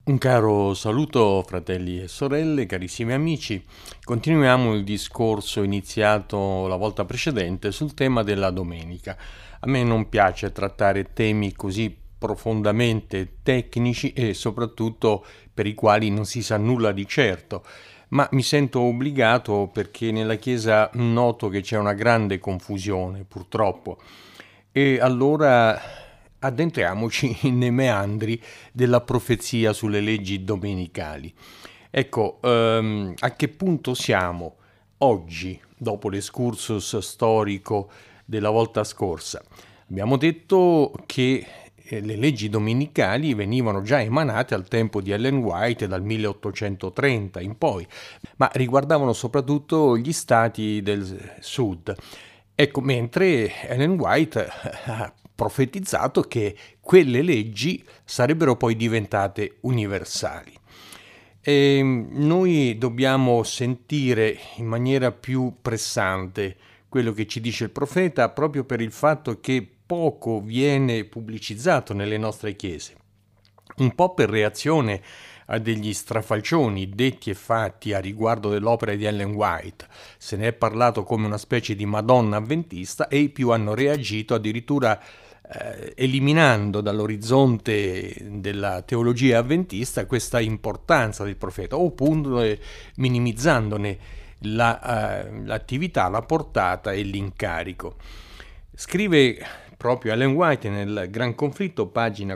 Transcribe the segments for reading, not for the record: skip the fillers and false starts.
Un caro saluto fratelli e sorelle, carissimi amici. Continuiamo il discorso iniziato la volta precedente sul tema della domenica. A me non piace trattare temi così profondamente tecnici e soprattutto per i quali non si sa nulla di certo, ma mi sento obbligato perché nella Chiesa noto che c'è una grande confusione, purtroppo. E allora addentriamoci nei meandri della profezia sulle leggi domenicali. Ecco, a che punto siamo oggi, dopo l'escursus storico della volta scorsa? Abbiamo detto che le leggi domenicali venivano già emanate al tempo di Ellen White dal 1830 in poi, ma riguardavano soprattutto gli stati del sud. Ecco, mentre Ellen White ha profetizzato che quelle leggi sarebbero poi diventate universali. E noi dobbiamo sentire in maniera più pressante quello che ci dice il profeta proprio per il fatto che poco viene pubblicizzato nelle nostre chiese. Un po' per reazione a degli strafalcioni detti e fatti a riguardo dell'opera di Ellen White. Se ne è parlato come una specie di Madonna avventista e i più hanno reagito addirittura eliminando dall'orizzonte della teologia avventista questa importanza del profeta, oppure minimizzandone l'attività, la portata e l'incarico. Scrive proprio Ellen White nel Gran Conflitto, pagina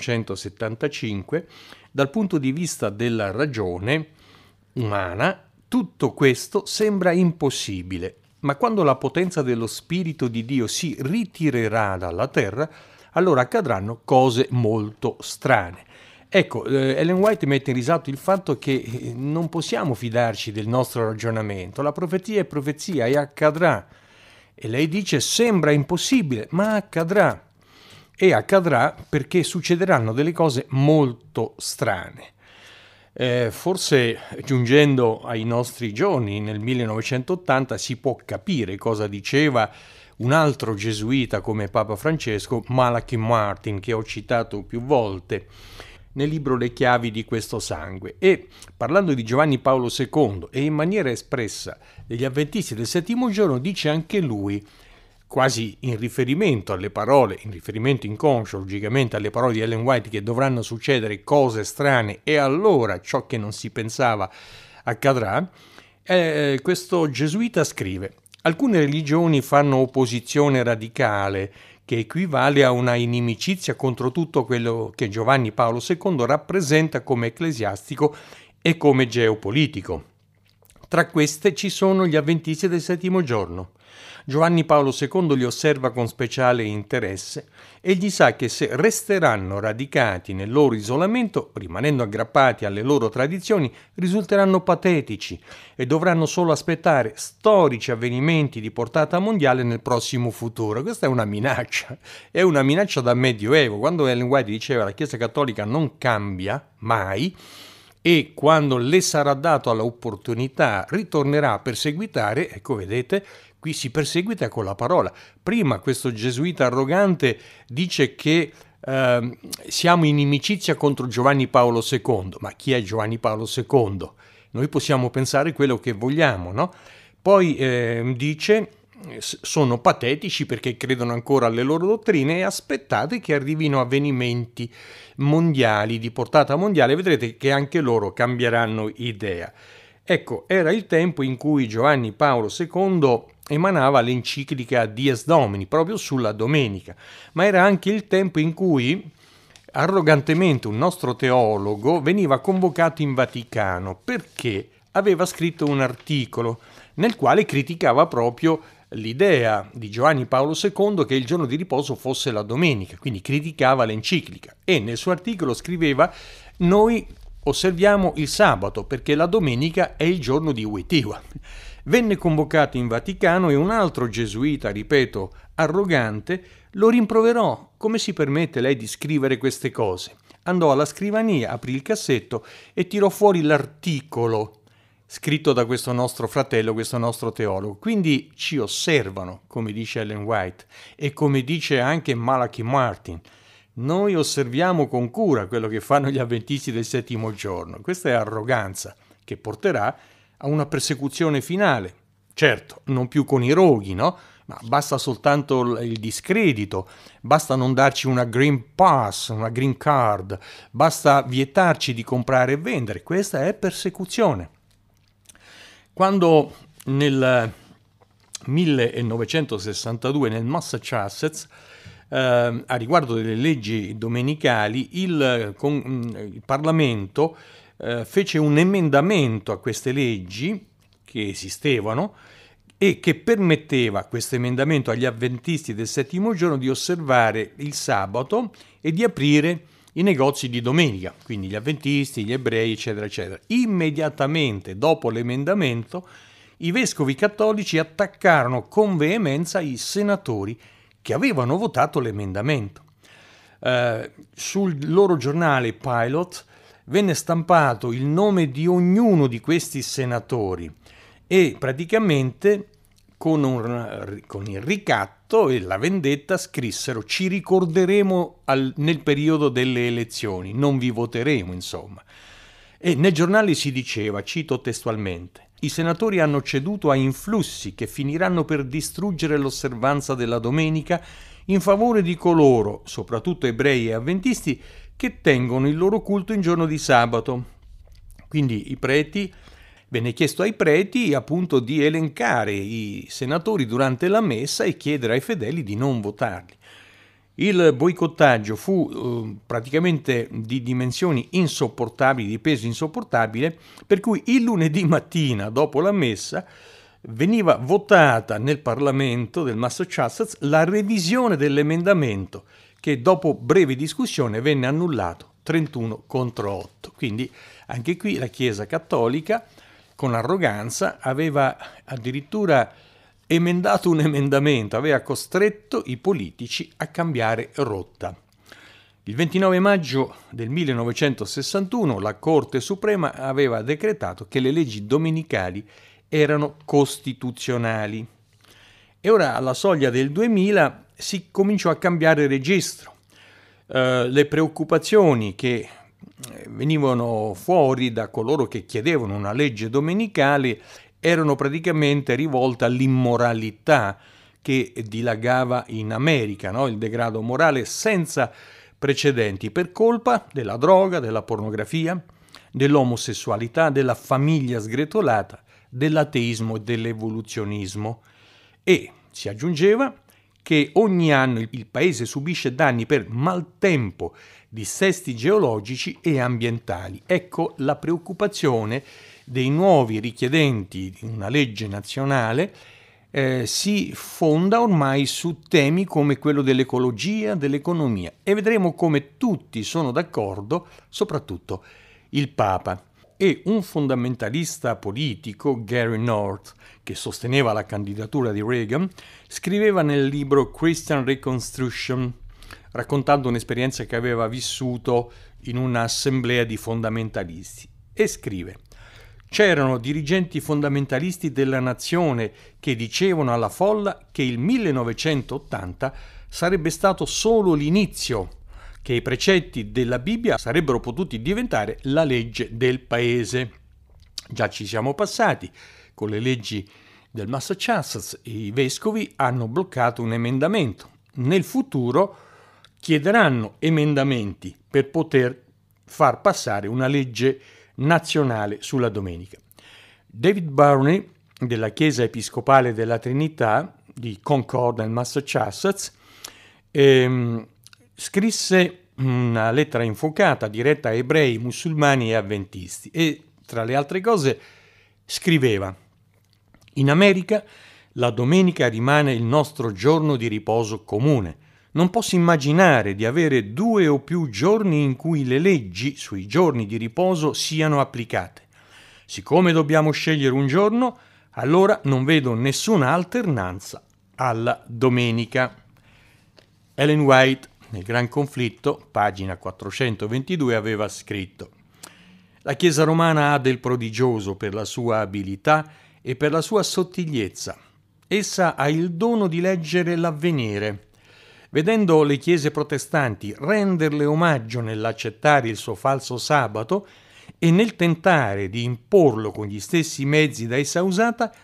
475, dal punto di vista della ragione umana, tutto questo sembra impossibile, ma quando la potenza dello Spirito di Dio si ritirerà dalla terra, allora accadranno cose molto strane. Ecco, Ellen White mette in risalto il fatto che non possiamo fidarci del nostro ragionamento, la profezia è profezia e accadrà. E lei dice sembra impossibile, ma accadrà. E accadrà perché succederanno delle cose molto strane. Forse giungendo ai nostri giorni, nel 1980, si può capire cosa diceva un altro gesuita come Papa Francesco, Malachi Martin, che ho citato più volte nel libro Le chiavi di questo sangue. E parlando di Giovanni Paolo II e in maniera espressa degli avventisti del settimo giorno, dice anche lui, quasi in riferimento alle parole, in riferimento inconscio logicamente alle parole di Ellen White, che dovranno succedere cose strane e allora ciò che non si pensava accadrà, questo gesuita scrive: alcune religioni fanno opposizione radicale che equivale a una inimicizia contro tutto quello che Giovanni Paolo II rappresenta come ecclesiastico e come geopolitico. Tra queste ci sono gli avventisti del settimo giorno. Giovanni Paolo II li osserva con speciale interesse e gli sa che se resteranno radicati nel loro isolamento, rimanendo aggrappati alle loro tradizioni, risulteranno patetici e dovranno solo aspettare storici avvenimenti di portata mondiale nel prossimo futuro. Questa è una minaccia da Medioevo. Quando Ellen White diceva la Chiesa Cattolica non cambia mai, e quando le sarà dato l'opportunità ritornerà a perseguitare, ecco vedete, qui si perseguita con la parola. Prima questo gesuita arrogante dice che siamo in inimicizia contro Giovanni Paolo II, ma chi è Giovanni Paolo II? Noi possiamo pensare quello che vogliamo, no? Poi dice sono patetici perché credono ancora alle loro dottrine e aspettate che arrivino avvenimenti mondiali, di portata mondiale, vedrete che anche loro cambieranno idea. Ecco, era il tempo in cui Giovanni Paolo II emanava l'enciclica Dies Domini, proprio sulla domenica, ma era anche il tempo in cui arrogantemente un nostro teologo veniva convocato in Vaticano perché aveva scritto un articolo nel quale criticava proprio l'idea di Giovanni Paolo II che il giorno di riposo fosse la domenica, quindi criticava l'enciclica e nel suo articolo scriveva: noi osserviamo il sabato perché la domenica è il giorno di Wittiwa. Venne convocato in Vaticano e un altro gesuita, ripeto, arrogante, lo rimproverò. Come si permette lei di scrivere queste cose? Andò alla scrivania, aprì il cassetto e tirò fuori l'articolo scritto da questo nostro fratello, questo nostro teologo. Quindi ci osservano, come dice Ellen White, e come dice anche Malachi Martin. Noi osserviamo con cura quello che fanno gli avventisti del settimo giorno. Questa è arroganza che porterà a una persecuzione finale. Certo, non più con i roghi, no? Ma basta soltanto il discredito, basta non darci una green pass, una green card, basta vietarci di comprare e vendere. Questa è persecuzione. Quando nel 1962 nel Massachusetts, a riguardo delle leggi domenicali, il Parlamento fece un emendamento a queste leggi che esistevano e che permetteva questo emendamento agli avventisti del settimo giorno di osservare il sabato e di aprire i negozi di domenica, quindi gli avventisti, gli ebrei, eccetera, eccetera. Immediatamente dopo l'emendamento, i vescovi cattolici attaccarono con veemenza i senatori che avevano votato l'emendamento. Sul loro giornale Pilot venne stampato il nome di ognuno di questi senatori e praticamente con il ricatto e la vendetta scrissero: ci ricorderemo nel periodo delle elezioni, non vi voteremo, insomma. E nel giornale si diceva, cito testualmente: i senatori hanno ceduto a influssi che finiranno per distruggere l'osservanza della domenica in favore di coloro, soprattutto ebrei e avventisti, che tengono il loro culto in giorno di sabato. Quindi venne chiesto ai preti appunto di elencare i senatori durante la messa e chiedere ai fedeli di non votarli. Il boicottaggio fu praticamente di dimensioni insopportabili, di peso insopportabile, per cui il lunedì mattina dopo la messa veniva votata nel Parlamento del Massachusetts la revisione dell'emendamento che dopo breve discussione venne annullato 31 contro 8. Quindi anche qui la Chiesa Cattolica con arroganza aveva addirittura emendato un emendamento, aveva costretto i politici a cambiare rotta. Il 29 maggio del 1961 la Corte Suprema aveva decretato che le leggi domenicali erano costituzionali. E ora, alla soglia del 2000, si cominciò a cambiare registro. Le preoccupazioni che venivano fuori da coloro che chiedevano una legge domenicale erano praticamente rivolte all'immoralità che dilagava in America, no? Il degrado morale senza precedenti per colpa della droga, della pornografia, dell'omosessualità, della famiglia sgretolata, dell'ateismo e dell'evoluzionismo. E si aggiungeva che ogni anno il paese subisce danni per maltempo, dissesti geologici e ambientali. Ecco la preoccupazione dei nuovi richiedenti di una legge nazionale si fonda ormai su temi come quello dell'ecologia, dell'economia, e vedremo come tutti sono d'accordo, soprattutto il Papa. E un fondamentalista politico, Gary North, che sosteneva la candidatura di Reagan, scriveva nel libro Christian Reconstruction, raccontando un'esperienza che aveva vissuto in un'assemblea di fondamentalisti, e scrive: c'erano dirigenti fondamentalisti della nazione che dicevano alla folla che il 1980 sarebbe stato solo l'inizio, che i precetti della Bibbia sarebbero potuti diventare la legge del paese. Già ci siamo passati. Con le leggi del Massachusetts i vescovi hanno bloccato un emendamento. Nel futuro chiederanno emendamenti per poter far passare una legge nazionale sulla domenica. David Burney, della Chiesa Episcopale della Trinità di Concord nel Massachusetts, scrisse una lettera infuocata diretta a ebrei, musulmani e avventisti e, tra le altre cose, scriveva: in America la domenica rimane il nostro giorno di riposo comune. Non posso immaginare di avere 2 o più giorni in cui le leggi sui giorni di riposo siano applicate. Siccome dobbiamo scegliere un giorno, allora non vedo nessuna alternanza alla domenica. Ellen White, nel Gran Conflitto, pagina 422, aveva scritto: la Chiesa romana ha del prodigioso per la sua abilità e per la sua sottigliezza. Essa ha il dono di leggere l'avvenire. vedendo le chiese protestanti renderle omaggio nell'accettare il suo falso sabato e nel tentare di imporlo con gli stessi mezzi da essa usata,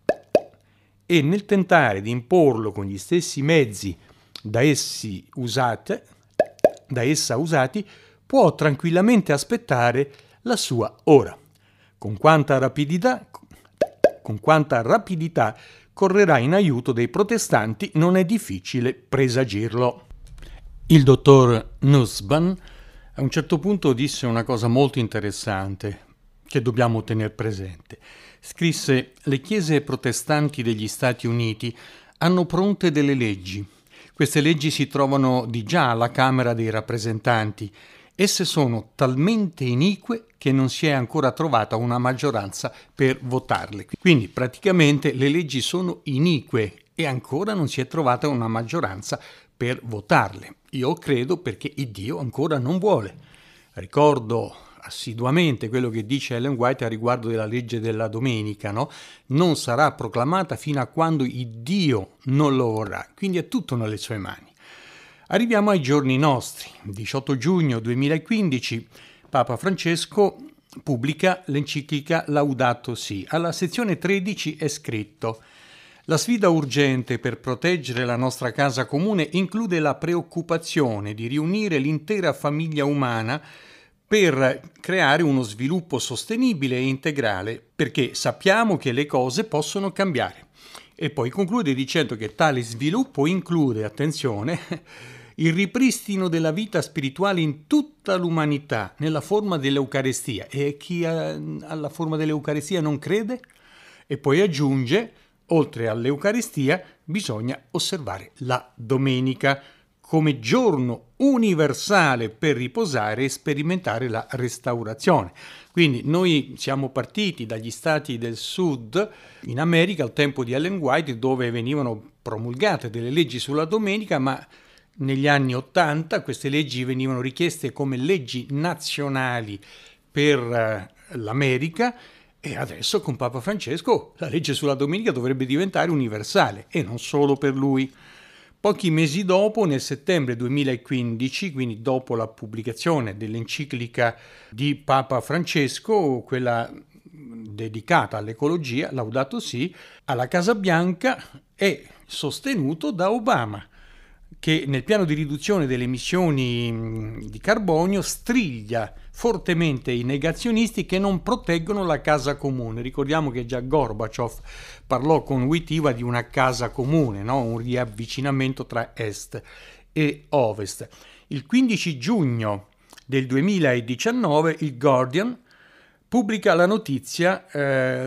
da essa usati, può tranquillamente aspettare la sua ora. Con quanta rapidità correrà in aiuto dei protestanti non è difficile presagirlo. Il dottor Nussbaum a un certo punto disse una cosa molto interessante che dobbiamo tenere presente. Scrisse: le chiese protestanti degli Stati Uniti hanno pronte delle leggi. Queste leggi si trovano di già alla Camera dei rappresentanti. Esse sono talmente inique che non si è ancora trovata una maggioranza per votarle. Quindi praticamente le leggi sono inique e ancora non si è trovata una maggioranza per votarle. Io credo perché il Dio ancora non vuole. Ricordo assiduamente quello che dice Ellen White a riguardo della legge della domenica, no? Non sarà proclamata fino a quando il Dio non lo vorrà, quindi è tutto nelle sue mani. Arriviamo ai giorni nostri. 18 giugno 2015 Papa Francesco pubblica l'enciclica Laudato Si. Alla sezione 13 è scritto: la sfida urgente per proteggere la nostra casa comune include la preoccupazione di riunire l'intera famiglia umana per creare uno sviluppo sostenibile e integrale, perché sappiamo che le cose possono cambiare. E poi conclude dicendo che tale sviluppo include, attenzione, il ripristino della vita spirituale in tutta l'umanità, nella forma dell'Eucarestia. E chi alla forma dell'Eucarestia non crede? E poi aggiunge: oltre all'Eucaristia bisogna osservare la domenica come giorno universale per riposare e sperimentare la restaurazione. Quindi noi siamo partiti dagli stati del sud in America al tempo di Ellen White, dove venivano promulgate delle leggi sulla domenica, ma negli anni '80 queste leggi venivano richieste come leggi nazionali per l'America. E adesso con Papa Francesco la legge sulla domenica dovrebbe diventare universale, e non solo per lui. Pochi mesi dopo, nel settembre 2015, quindi dopo la pubblicazione dell'enciclica di Papa Francesco, quella dedicata all'ecologia, Laudato Si, alla Casa Bianca è sostenuto da Obama, che nel piano di riduzione delle emissioni di carbonio striglia fortemente i negazionisti che non proteggono la casa comune. Ricordiamo che già Gorbaciov parlò con Wojtyła di una casa comune, no? Un riavvicinamento tra est e ovest. Il 15 giugno del 2019 il Guardian pubblica la notizia che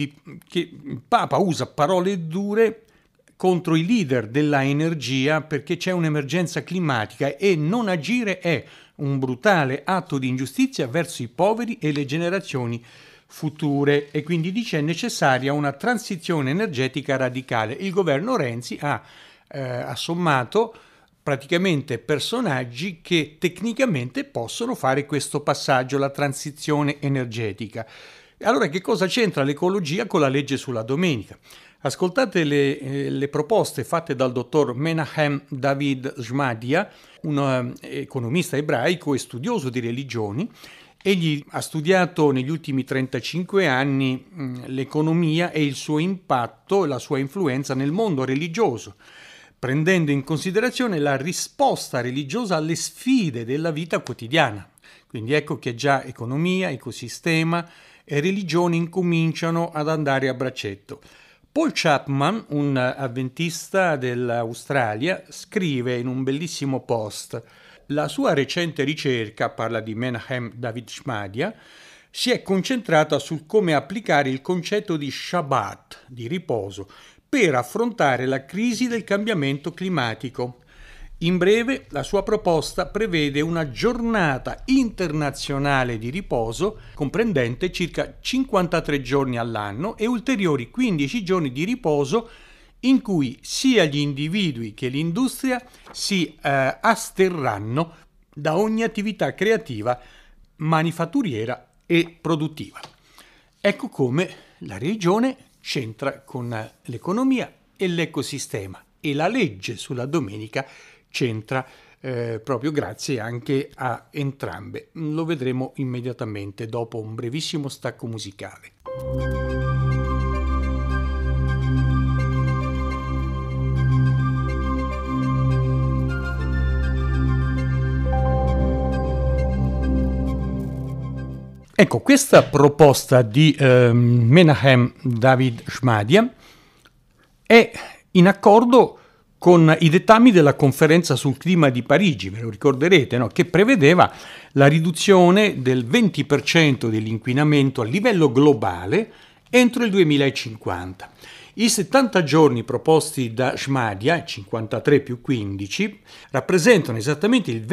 il Papa usa parole dure contro i leader della energia perché c'è un'emergenza climatica e non agire è un brutale atto di ingiustizia verso i poveri e le generazioni future, e quindi dice è necessaria una transizione energetica radicale. Il governo Renzi ha assommato praticamente personaggi che tecnicamente possono fare questo passaggio, la transizione energetica. Allora che cosa c'entra l'ecologia con la legge sulla domenica? Ascoltate le proposte fatte dal dottor Menahem David Shmadia, un economista ebraico e studioso di religioni. Egli ha studiato negli ultimi 35 anni l'economia e il suo impatto e la sua influenza nel mondo religioso, prendendo in considerazione la risposta religiosa alle sfide della vita quotidiana. Quindi ecco che già economia, ecosistema e religione incominciano ad andare a braccetto. Paul Chapman, un avventista dell'Australia, scrive in un bellissimo post: la sua recente ricerca, parla di Menahem David Shmadia, si è concentrata sul come applicare il concetto di Shabbat, di riposo, per affrontare la crisi del cambiamento climatico. In breve, la sua proposta prevede una giornata internazionale di riposo comprendente circa 53 giorni all'anno e ulteriori 15 giorni di riposo in cui sia gli individui che l'industria si asterranno da ogni attività creativa, manifatturiera e produttiva. Ecco come la religione c'entra con l'economia e l'ecosistema, e la legge sulla domenica c'entra proprio grazie anche a entrambe. Lo vedremo immediatamente dopo un brevissimo stacco musicale. Ecco, questa proposta di Menahem David Shmadia è in accordo con i dettami della conferenza sul clima di Parigi, ve lo ricorderete, no? Che prevedeva la riduzione del 20% dell'inquinamento a livello globale entro il 2050. I 70 giorni proposti da Shmadia, 53 più 15, rappresentano esattamente il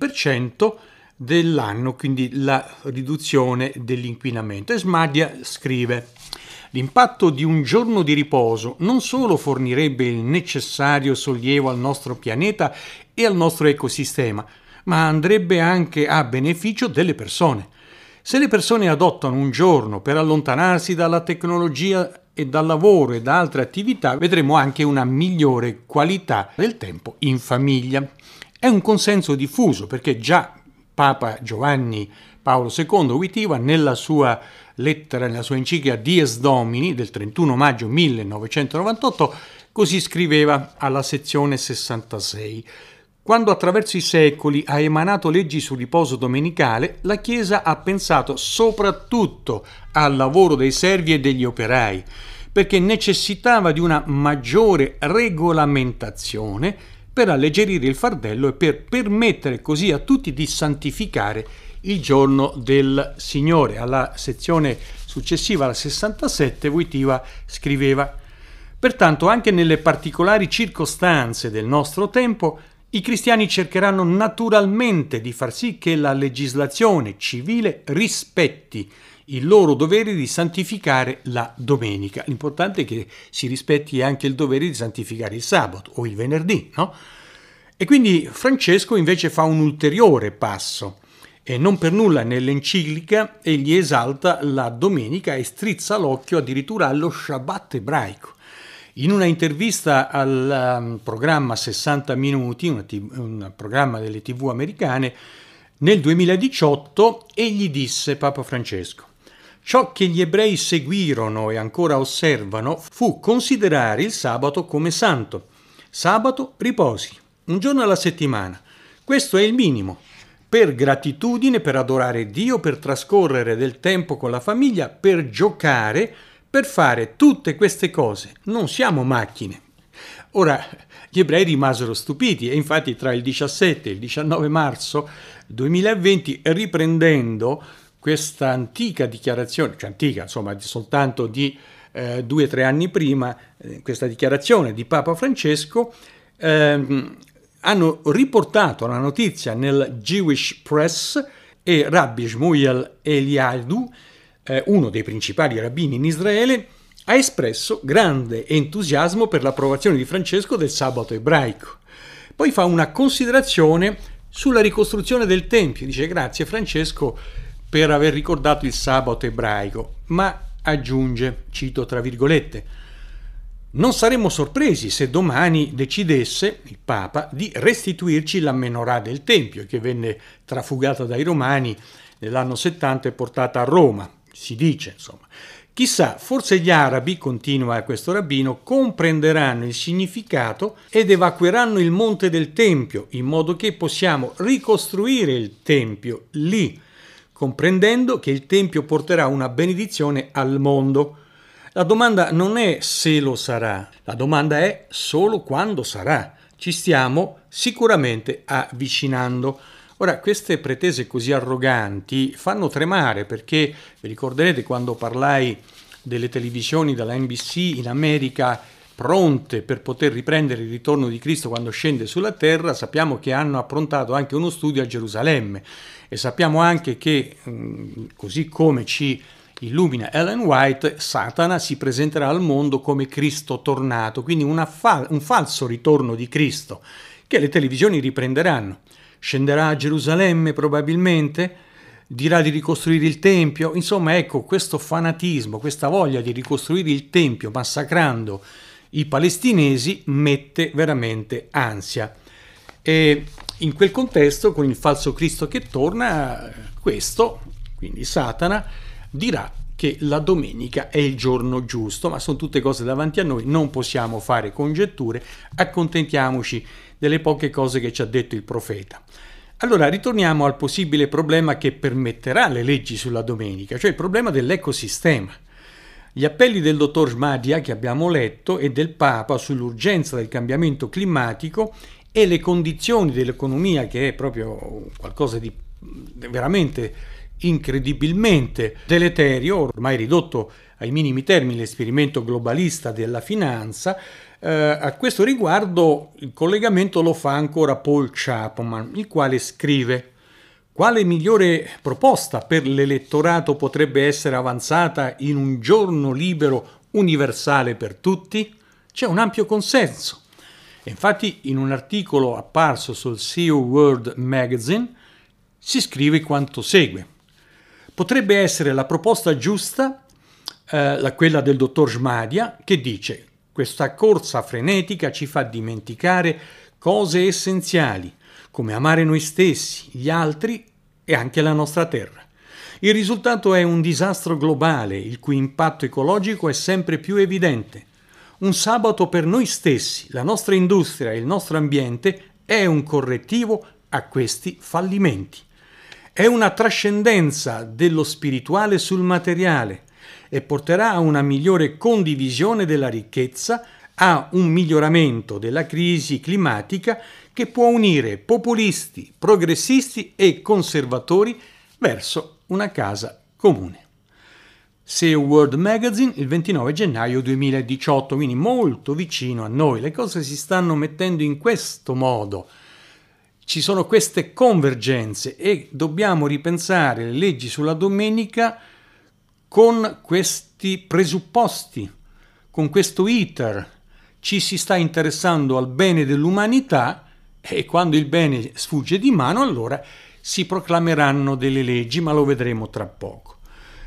20% dell'anno, quindi la riduzione dell'inquinamento. E Shmadia scrive: l'impatto di un giorno di riposo non solo fornirebbe il necessario sollievo al nostro pianeta e al nostro ecosistema, ma andrebbe anche a beneficio delle persone. Se le persone adottano un giorno per allontanarsi dalla tecnologia e dal lavoro e da altre attività, vedremo anche una migliore qualità del tempo in famiglia. È un consenso diffuso, perché già Papa Giovanni Paolo II Wojtyła, nella sua lettera, nella sua enciclica Dies Domini del 31 maggio 1998, così scriveva alla sezione 66: quando attraverso i secoli ha emanato leggi sul riposo domenicale, la Chiesa ha pensato soprattutto al lavoro dei servi e degli operai, perché necessitava di una maggiore regolamentazione per alleggerire il fardello e per permettere così a tutti di santificare il giorno del Signore. Alla sezione successiva, alla 67, Wojtyła scriveva: pertanto, anche nelle particolari circostanze del nostro tempo, i cristiani cercheranno naturalmente di far sì che la legislazione civile rispetti il loro dovere di santificare la domenica. L'importante è che si rispetti anche il dovere di santificare il sabato o il venerdì, no? E quindi Francesco invece fa un ulteriore passo, e non per nulla nell'enciclica egli esalta la domenica e strizza l'occhio addirittura allo Shabbat ebraico. In una intervista al programma 60 Minuti, un programma delle TV americane, nel 2018 egli disse, Papa Francesco: ciò che gli ebrei seguirono e ancora osservano fu considerare il sabato come santo. Sabato, riposi, un giorno alla settimana. Questo è il minimo. Per gratitudine, per adorare Dio, per trascorrere del tempo con la famiglia, per giocare, per fare tutte queste cose. Non siamo macchine. Ora, gli ebrei rimasero stupiti e infatti tra il 17 e il 19 marzo 2020, riprendendo questa antica dichiarazione, cioè antica, insomma, soltanto di 2 o 3 anni prima, questa dichiarazione di Papa Francesco, hanno riportato la notizia nel Jewish Press e Rabbi Shmuel Eliadu, uno dei principali rabbini in Israele, ha espresso grande entusiasmo per l'approvazione di Francesco del sabato ebraico. Poi fa una considerazione sulla ricostruzione del Tempio. Dice: grazie Francesco per aver ricordato il sabato ebraico, ma aggiunge, cito tra virgolette: non saremmo sorpresi se domani decidesse il Papa di restituirci la menorah del Tempio, che venne trafugata dai Romani nell'anno 70 e portata a Roma, si dice, insomma. Chissà, forse gli arabi, continua questo rabbino, comprenderanno il significato ed evacueranno il monte del Tempio, in modo che possiamo ricostruire il Tempio lì, comprendendo che il Tempio porterà una benedizione al mondo. La domanda non è se lo sarà, la domanda è solo quando sarà. Ci stiamo sicuramente avvicinando. Ora, queste pretese così arroganti fanno tremare, perché vi ricorderete quando parlai delle televisioni della NBC in America pronte per poter riprendere il ritorno di Cristo quando scende sulla terra, sappiamo che hanno approntato anche uno studio a Gerusalemme e sappiamo anche che, così come ci illumina Ellen White, Satana si presenterà al mondo come Cristo tornato, quindi un falso ritorno di Cristo che le televisioni riprenderanno. Scenderà a Gerusalemme probabilmente, dirà di ricostruire il Tempio, insomma ecco, questo fanatismo, questa voglia di ricostruire il Tempio massacrando i palestinesi mette veramente ansia. E in quel contesto, con il falso Cristo che torna, questo, quindi Satana, dirà che la domenica è il giorno giusto, ma sono tutte cose davanti a noi, non possiamo fare congetture, accontentiamoci delle poche cose che ci ha detto il profeta. Allora ritorniamo al possibile problema che permetterà le leggi sulla domenica, cioè il problema dell'ecosistema. Gli appelli del dottor Shmadia che abbiamo letto e del Papa sull'urgenza del cambiamento climatico e le condizioni dell'economia, che è proprio qualcosa di veramente incredibilmente deleterio, ormai ridotto ai minimi termini l'esperimento globalista della finanza. A questo riguardo il collegamento lo fa ancora Paul Chapman, il quale scrive: quale migliore proposta per l'elettorato potrebbe essere avanzata in un giorno libero universale per tutti? C'è un ampio consenso. Infatti in un articolo apparso sul CEO World Magazine si scrive quanto segue: potrebbe essere la proposta giusta, quella del dottor Shmadia, che dice: questa corsa frenetica ci fa dimenticare cose essenziali, come amare noi stessi, gli altri e anche la nostra terra. Il risultato è un disastro globale, il cui impatto ecologico è sempre più evidente. Un sabato per noi stessi, la nostra industria e il nostro ambiente è un correttivo a questi fallimenti. È una trascendenza dello spirituale sul materiale e porterà a una migliore condivisione della ricchezza, a un miglioramento della crisi climatica che può unire populisti, progressisti e conservatori verso una casa comune. SEO World Magazine, il 29 gennaio 2018, quindi molto vicino a noi. Le cose si stanno mettendo in questo modo. Ci sono queste convergenze e dobbiamo ripensare le leggi sulla domenica con questi presupposti, con questo iter. Ci si sta interessando al bene dell'umanità e quando il bene sfugge di mano allora si proclameranno delle leggi, ma lo vedremo tra poco.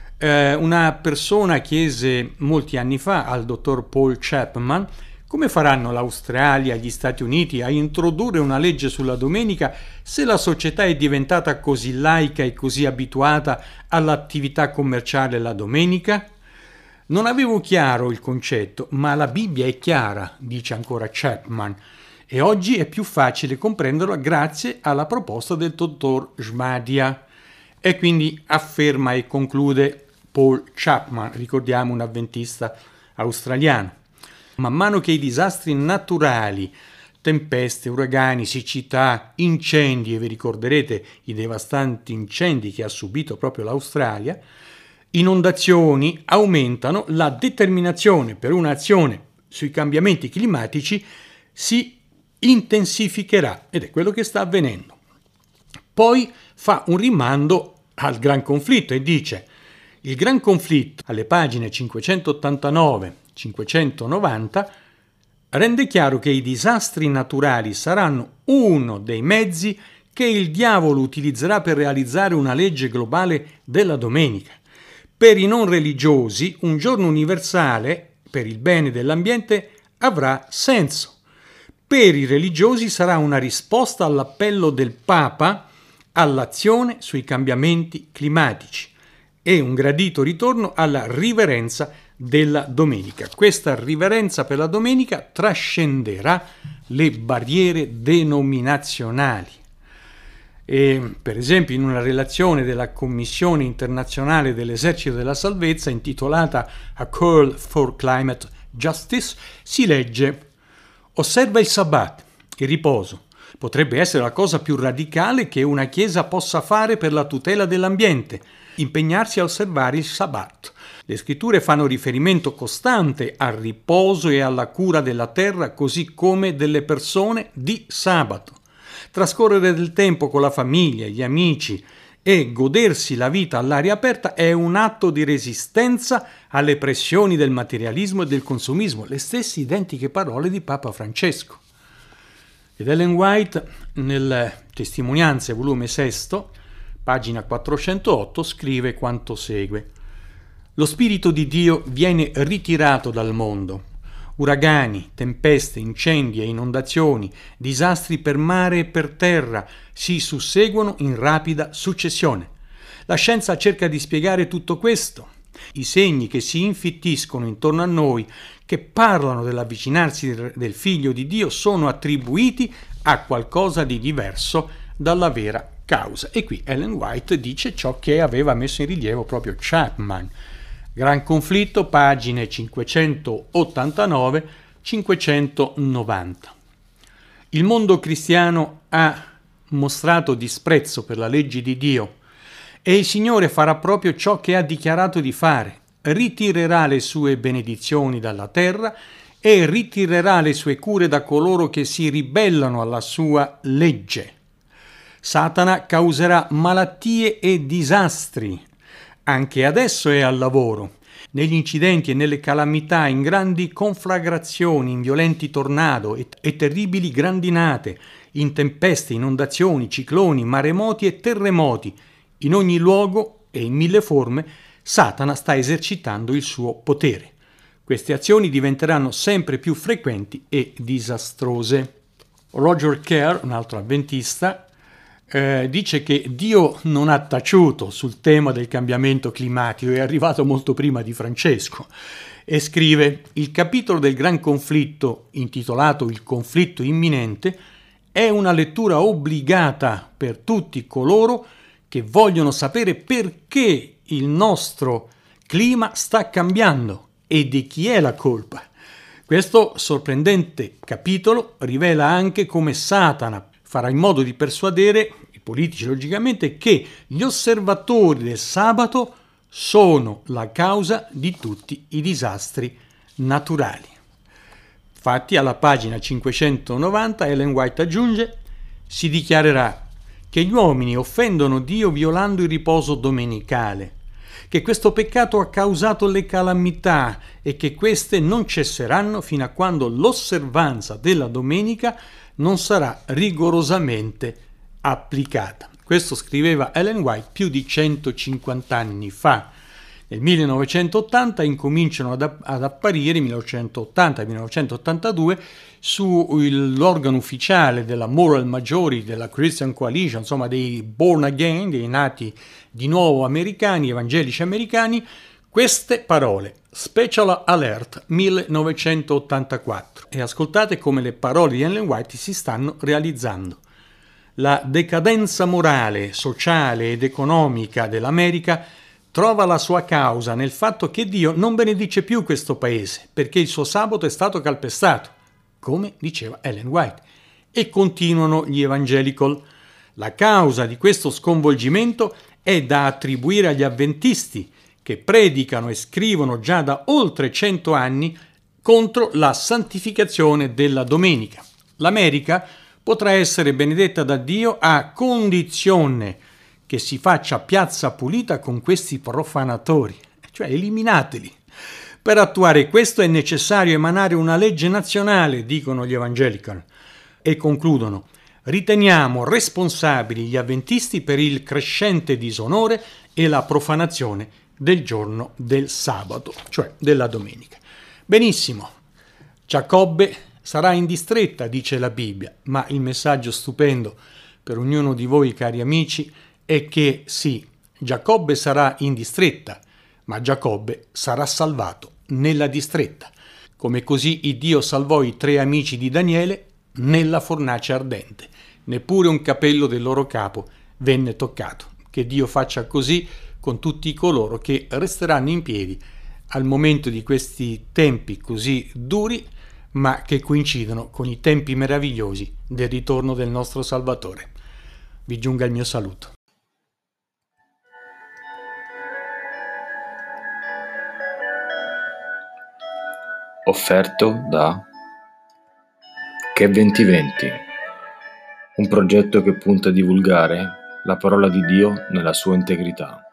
Una persona chiese molti anni fa al dottor Paul Chapman come faranno l'Australia e gli Stati Uniti a introdurre una legge sulla domenica se la società è diventata così laica e così abituata all'attività commerciale la domenica? Non avevo chiaro il concetto, ma la Bibbia è chiara, dice ancora Chapman, e oggi è più facile comprenderlo grazie alla proposta del dottor Shmadia. E quindi afferma e conclude Paul Chapman, ricordiamo un avventista australiano. Man mano che i disastri naturali, tempeste, uragani, siccità, incendi, e vi ricorderete i devastanti incendi che ha subito proprio l'Australia, inondazioni aumentano, la determinazione per un'azione sui cambiamenti climatici si intensificherà ed è quello che sta avvenendo. Poi fa un rimando al Gran Conflitto e dice: il Gran Conflitto, alle pagine 589-590, rende chiaro che i disastri naturali saranno uno dei mezzi che il diavolo utilizzerà per realizzare una legge globale della domenica. Per i non religiosi, un giorno universale per il bene dell'ambiente avrà senso. Per i religiosi sarà una risposta all'appello del Papa all'azione sui cambiamenti climatici e un gradito ritorno alla riverenza della domenica. Questa riverenza per la domenica trascenderà le barriere denominazionali. E, per esempio, in una relazione della Commissione internazionale dell'Esercito della Salvezza intitolata A Call for Climate Justice si legge: osserva il Sabbat, il riposo. Potrebbe essere la cosa più radicale che una Chiesa possa fare per la tutela dell'ambiente, impegnarsi a osservare il Sabbat. Le scritture fanno riferimento costante al riposo e alla cura della terra, così come delle persone di sabato. Trascorrere del tempo con la famiglia, gli amici e godersi la vita all'aria aperta è un atto di resistenza alle pressioni del materialismo e del consumismo, le stesse identiche parole di Papa Francesco. Ed Ellen White, nel Testimonianze, volume 6, pagina 408, scrive quanto segue: lo Spirito di Dio viene ritirato dal mondo. Uragani, tempeste, incendi e inondazioni, disastri per mare e per terra si susseguono in rapida successione. La scienza cerca di spiegare tutto questo. I segni che si infittiscono intorno a noi, che parlano dell'avvicinarsi del Figlio di Dio, sono attribuiti a qualcosa di diverso dalla vera causa. E qui Ellen White dice ciò che aveva messo in rilievo proprio Chapman. Gran conflitto, pagine 589-590. Il mondo cristiano ha mostrato disprezzo per la legge di Dio e il Signore farà proprio ciò che ha dichiarato di fare. Ritirerà le sue benedizioni dalla terra e ritirerà le sue cure da coloro che si ribellano alla sua legge. Satana causerà malattie e disastri. Anche adesso è al lavoro, negli incidenti e nelle calamità, in grandi conflagrazioni, in violenti tornado e terribili grandinate, in tempeste, inondazioni, cicloni, maremoti e terremoti. In ogni luogo e in mille forme Satana sta esercitando il suo potere. Queste azioni diventeranno sempre più frequenti e disastrose. Roger Kerr, un altro avventista, dice che Dio non ha taciuto sul tema del cambiamento climatico, è arrivato molto prima di Francesco, e scrive: il capitolo del Gran Conflitto, intitolato Il conflitto imminente, è una lettura obbligata per tutti coloro che vogliono sapere perché il nostro clima sta cambiando e di chi è la colpa. Questo sorprendente capitolo rivela anche come Satana farà in modo di persuadere i politici, logicamente, che gli osservatori del sabato sono la causa di tutti i disastri naturali. Infatti, alla pagina 590 Ellen White aggiunge: si dichiarerà che gli uomini offendono Dio violando il riposo domenicale, che questo peccato ha causato le calamità e che queste non cesseranno fino a quando l'osservanza della domenica non sarà rigorosamente applicata. Questo scriveva Ellen White più di 150 anni fa. Nel 1980 ad apparire, 1980-1982, sull'organo ufficiale della Moral Majority, della Christian Coalition, insomma dei born again, dei nati di nuovo americani, evangelici americani, queste parole: Special Alert 1984. E ascoltate come le parole di Ellen White si stanno realizzando. La decadenza morale, sociale ed economica dell'America trova la sua causa nel fatto che Dio non benedice più questo paese perché il suo sabato è stato calpestato, come diceva Ellen White. E continuano gli evangelical: la causa di questo sconvolgimento è da attribuire agli avventisti, che predicano e scrivono già da oltre 100 anni contro la santificazione della domenica. L'America potrà essere benedetta da Dio a condizione che si faccia piazza pulita con questi profanatori, cioè eliminateli. Per attuare questo è necessario emanare una legge nazionale, dicono gli evangelical, e concludono: riteniamo responsabili gli avventisti per il crescente disonore e la profanazione del giorno del sabato, cioè della domenica. Benissimo, Giacobbe sarà in distretta, dice la Bibbia, ma il messaggio stupendo per ognuno di voi, cari amici, è che sì, Giacobbe sarà in distretta, ma Giacobbe sarà salvato nella distretta, come così il Dio salvò i 3 amici di Daniele nella fornace ardente. Neppure un capello del loro capo venne toccato. Che Dio faccia così con tutti coloro che resteranno in piedi al momento di questi tempi così duri, ma che coincidono con i tempi meravigliosi del ritorno del nostro Salvatore. Vi giunga il mio saluto. Offerto da Che 2020, un progetto che punta a divulgare la parola di Dio nella sua integrità.